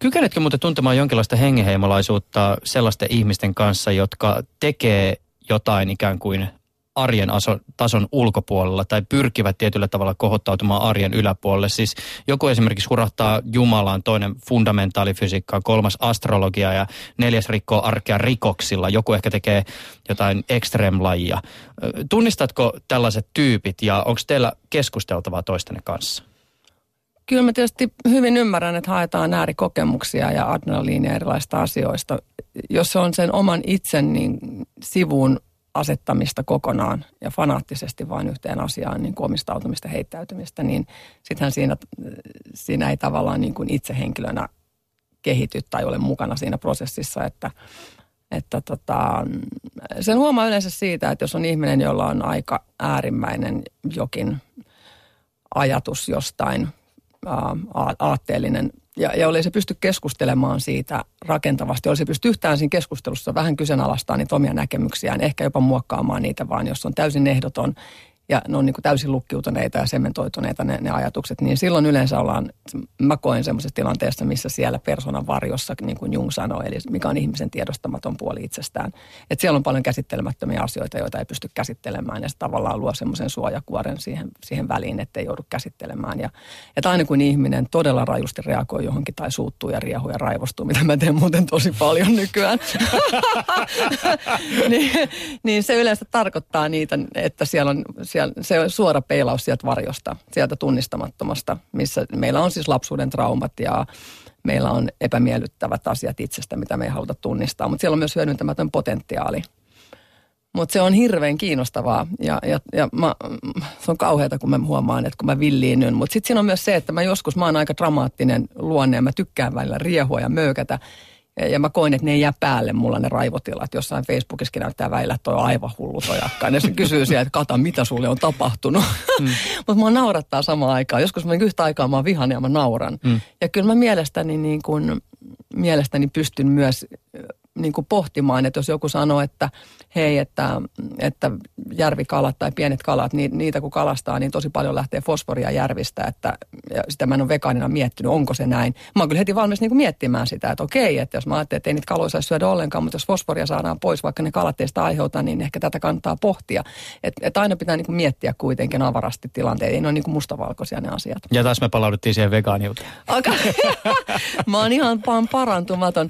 Kykenetkö muuten tuntemaan jonkinlaista hengenheimolaisuutta sellaisten ihmisten kanssa, jotka tekee jotain ikään kuin arjen tason ulkopuolella tai pyrkivät tietyllä tavalla kohottautumaan arjen yläpuolelle? Siis joku esimerkiksi hurahtaa Jumalaan, toinen fundamentaalifysiikkaan, kolmas astrologia ja neljäs rikkoo arkea rikoksilla. Joku ehkä tekee jotain extreme-lajia. Tunnistatko tällaiset tyypit ja onko teillä keskusteltavaa toistenne kanssa? Kyllä mä tietysti hyvin ymmärrän, että haetaan äärikokemuksia ja adrenaliinia erilaisista asioista. Jos se on sen oman itsen niin sivuun asettamista kokonaan ja fanaattisesti vain yhteen asiaan, niin kuin omistautumista, heittäytymistä, niin sittenhän siinä ei tavallaan niin kuin itse henkilönä kehity tai ole mukana siinä prosessissa, että sen huomaa yleensä siitä, että jos on ihminen, jolla on aika äärimmäinen jokin ajatus jostain aatteellinen, ja oli se pysty keskustelemaan siitä rakentavasti, oli se pysty yhtään siinä keskustelussa vähän kyseenalaistaa niitä omia näkemyksiään, ehkä jopa muokkaamaan niitä, vaan jos on täysin ehdoton ja ne on niin kuin täysin lukkiutuneita ja sementoituneita ne ajatukset, niin silloin yleensä mä koen semmoisessa tilanteessa, missä siellä persoonan varjossa, niin kuin Jung sanoi, eli mikä on ihmisen tiedostamaton puoli itsestään. Että siellä on paljon käsittelemättömiä asioita, joita ei pysty käsittelemään ja se tavallaan luo semmoisen suojakuoren siihen väliin, ettei joudu käsittelemään. Ja että aina kun ihminen todella rajusti reagoi johonkin tai suuttuu ja riehuu ja raivostuu, mitä mä teen muuten tosi paljon nykyään, niin se yleensä tarkoittaa niitä, että siellä on se on suora peilaus sieltä varjosta, sieltä tunnistamattomasta, missä meillä on siis lapsuuden traumat ja meillä on epämiellyttävät asiat itsestä, mitä me ei haluta tunnistaa, mutta siellä on myös hyödyntämätön potentiaali. Mutta se on hirveän kiinnostavaa ja se on kauheata, kun mä huomaan, että kun mä villiinnyn. Mutta sitten siinä on myös se, että mä oon aika dramaattinen luonne ja mä tykkään välillä riehua ja möykätä. Ja mä koin, että ne ei jää päälle mulla ne raivotilat. Jossain Facebookissakin näyttää väillä, että toi on aivan hullu toi akka. Ja se kysyy sieltä, että Kata, mitä sulle on tapahtunut? Mutta mua naurattaa samaan aikaan. Joskus mä yhtä aikaa mä oon vihainen ja mä nauran. Ja kyllä mä mielestäni pystyn myös niin kuin pohtimaan, että jos joku sanoo, että hei, että järvikalat tai pienet kalat, niitä kun kalastaa, niin tosi paljon lähtee fosforia järvistä, ja sitä mä en ole vegaanina miettinyt, onko se näin. Mä oon kyllä heti valmis niin kuin miettimään sitä, että okei, että jos mä ajattelen, että ei niitä kaloja saisi syödä ollenkaan, mutta jos fosforia saadaan pois, vaikka ne kalat ei sitä aiheuta, niin ehkä tätä kannattaa pohtia. Että aina pitää niin kuin miettiä kuitenkin avarasti tilanteet, ei ne ole niin kuin mustavalkoisia ne asiat. Ja taas me palauduttiin siihen vegaaniuteen. Mä oon ihan parantumaton.